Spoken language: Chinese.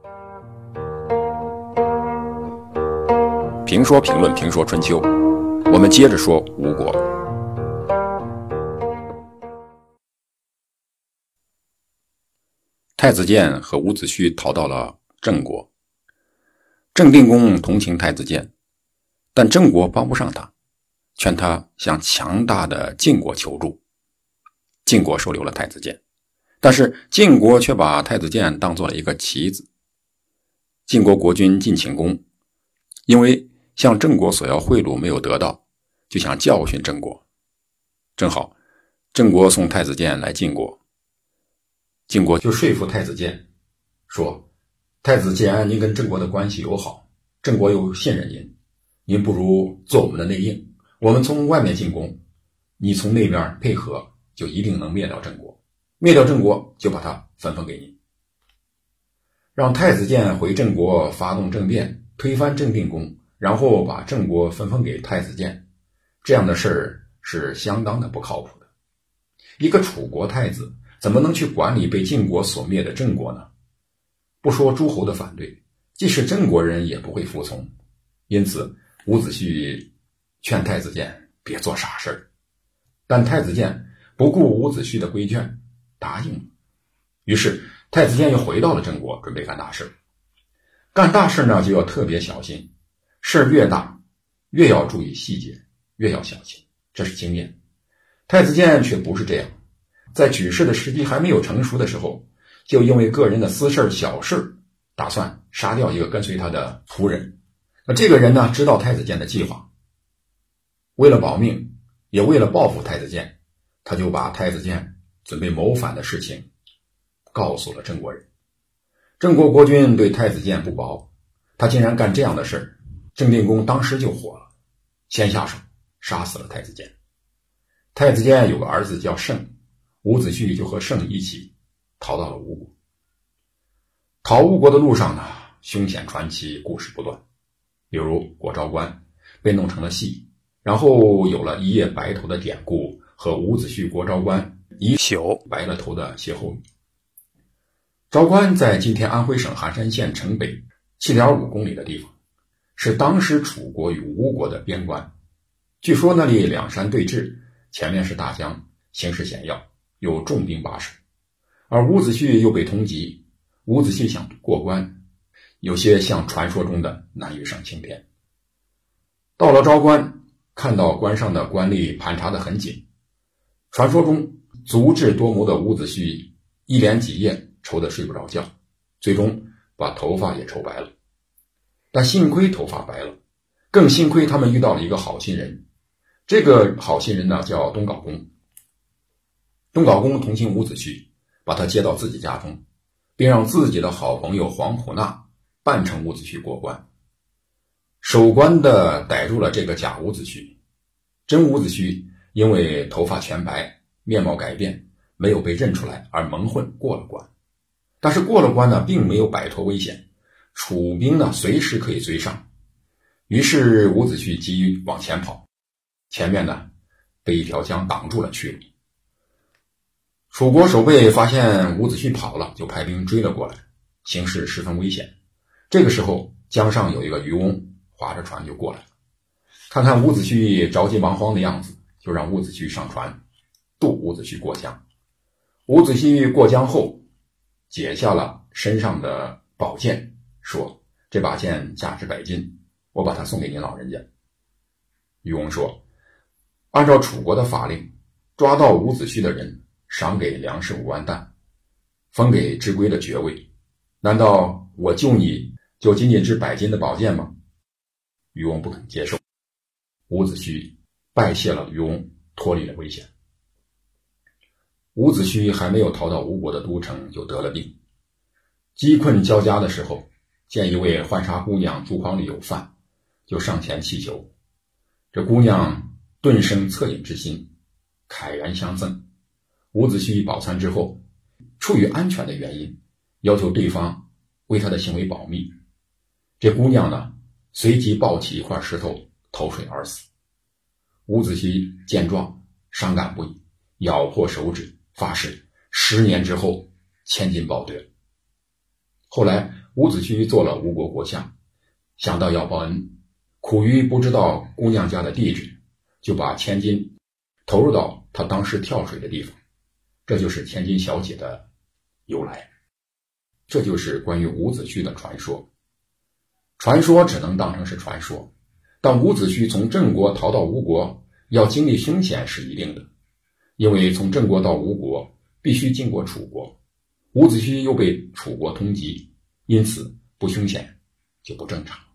评说评论评说春秋，我们接着说吴国。太子建和伍子胥逃到了郑国，郑定公同情太子建，但郑国帮不上他，劝他向强大的晋国求助。晋国收留了太子建，但是晋国却把太子建当作了一个棋子。晋国国君晋顷公因为向郑国索要贿赂没有得到，就想教训郑国。正好郑国送太子建来晋国，晋国就说服太子建说，太子既然您跟郑国的关系友好，郑国又信任您，您不如做我们的内应，我们从外面进攻，你从那边配合，就一定能灭掉郑国，灭掉郑国就把它分封给您。让太子建回郑国发动政变，推翻郑定公，然后把郑国分封给太子建，这样的事儿是相当的不靠谱的。一个楚国太子怎么能去管理被晋国所灭的郑国呢？不说诸侯的反对，即使郑国人也不会服从。因此伍子胥劝太子建别做傻事，但太子建不顾伍子胥的规劝，答应了。于是太子建又回到了郑国，准备干大事。干大事呢，就要特别小心，事越大越要注意细节，越要小心，这是经验。太子建却不是这样，在举事的时机还没有成熟的时候，就因为个人的私事小事，打算杀掉一个跟随他的仆人。那这个人呢，知道太子建的计划，为了保命，也为了报复太子建，他就把太子建准备谋反的事情告诉了郑国人。郑国国君对太子建不薄，他竟然干这样的事，郑定公当时就火了，先下手杀死了太子建。太子建有个儿子叫盛，伍子胥就和盛一起逃到了吴国。逃吴国的路上呢，凶险传奇故事不断，比如过昭关被弄成了戏，然后有了一夜白头的典故和伍子胥过昭关一宿白了头的歇后语。昭关在今天安徽省含山县城北 7.5 公里的地方，是当时楚国与吴国的边关。据说那里两山对峙，前面是大江，形势险要，有重兵把守，而伍子胥又被通缉，伍子胥想过关，有些像传说中的难于上青天。到了昭关，看到关上的官吏盘查得很紧，传说中足智多谋的伍子胥一连几夜愁得睡不着觉，最终把头发也愁白了。但幸亏头发白了，更幸亏他们遇到了一个好心人。这个好心人呢，叫东皋公。东皋公同情伍子胥，把他接到自己家中，并让自己的好朋友黄普纳扮成伍子胥过关。守关的逮住了这个假伍子胥，真伍子胥因为头发全白，面貌改变，没有被认出来，而蒙混过了关。但是过了关呢，并没有摆脱危险，楚兵呢随时可以追上。于是伍子胥急于往前跑，前面呢被一条江挡住了去路。楚国守备发现伍子胥跑了，就派兵追了过来，形势十分危险。这个时候江上有一个渔翁划着船就过来了，看看伍子胥着急忙慌的样子，就让伍子胥上船渡伍子胥过江。伍子胥过江后解下了身上的宝剑，说这把剑价值100斤，我把它送给您老人家。渔翁说，按照楚国的法令，抓到伍子胥的人赏给粮食5万担，封给之规的爵位，难道我救你就仅仅值100斤的宝剑吗？渔翁不肯接受，伍子胥拜谢了渔翁，脱离了危险。伍子胥还没有逃到吴国的都城，就得了病。饥困交加的时候，见一位浣纱姑娘竹筐里有饭，就上前祈求。这姑娘顿生恻隐之心，慨然相赠。伍子胥饱餐之后，出于安全的原因，要求对方为他的行为保密。这姑娘呢，随即抱起一块石头投水而死。伍子胥见状伤感不已，咬破手指，发誓10年之后千金报得。 后来伍子胥做了吴国国相，想到要报恩，苦于不知道姑娘家的地址，就把千金投入到他当时跳水的地方，这就是千金小姐的由来。这就是关于伍子胥的传说。传说只能当成是传说，但伍子胥从郑国逃到吴国要经历凶险是一定的，因为从郑国到吴国必须经过楚国，伍子胥又被楚国通缉，因此不凶险就不正常。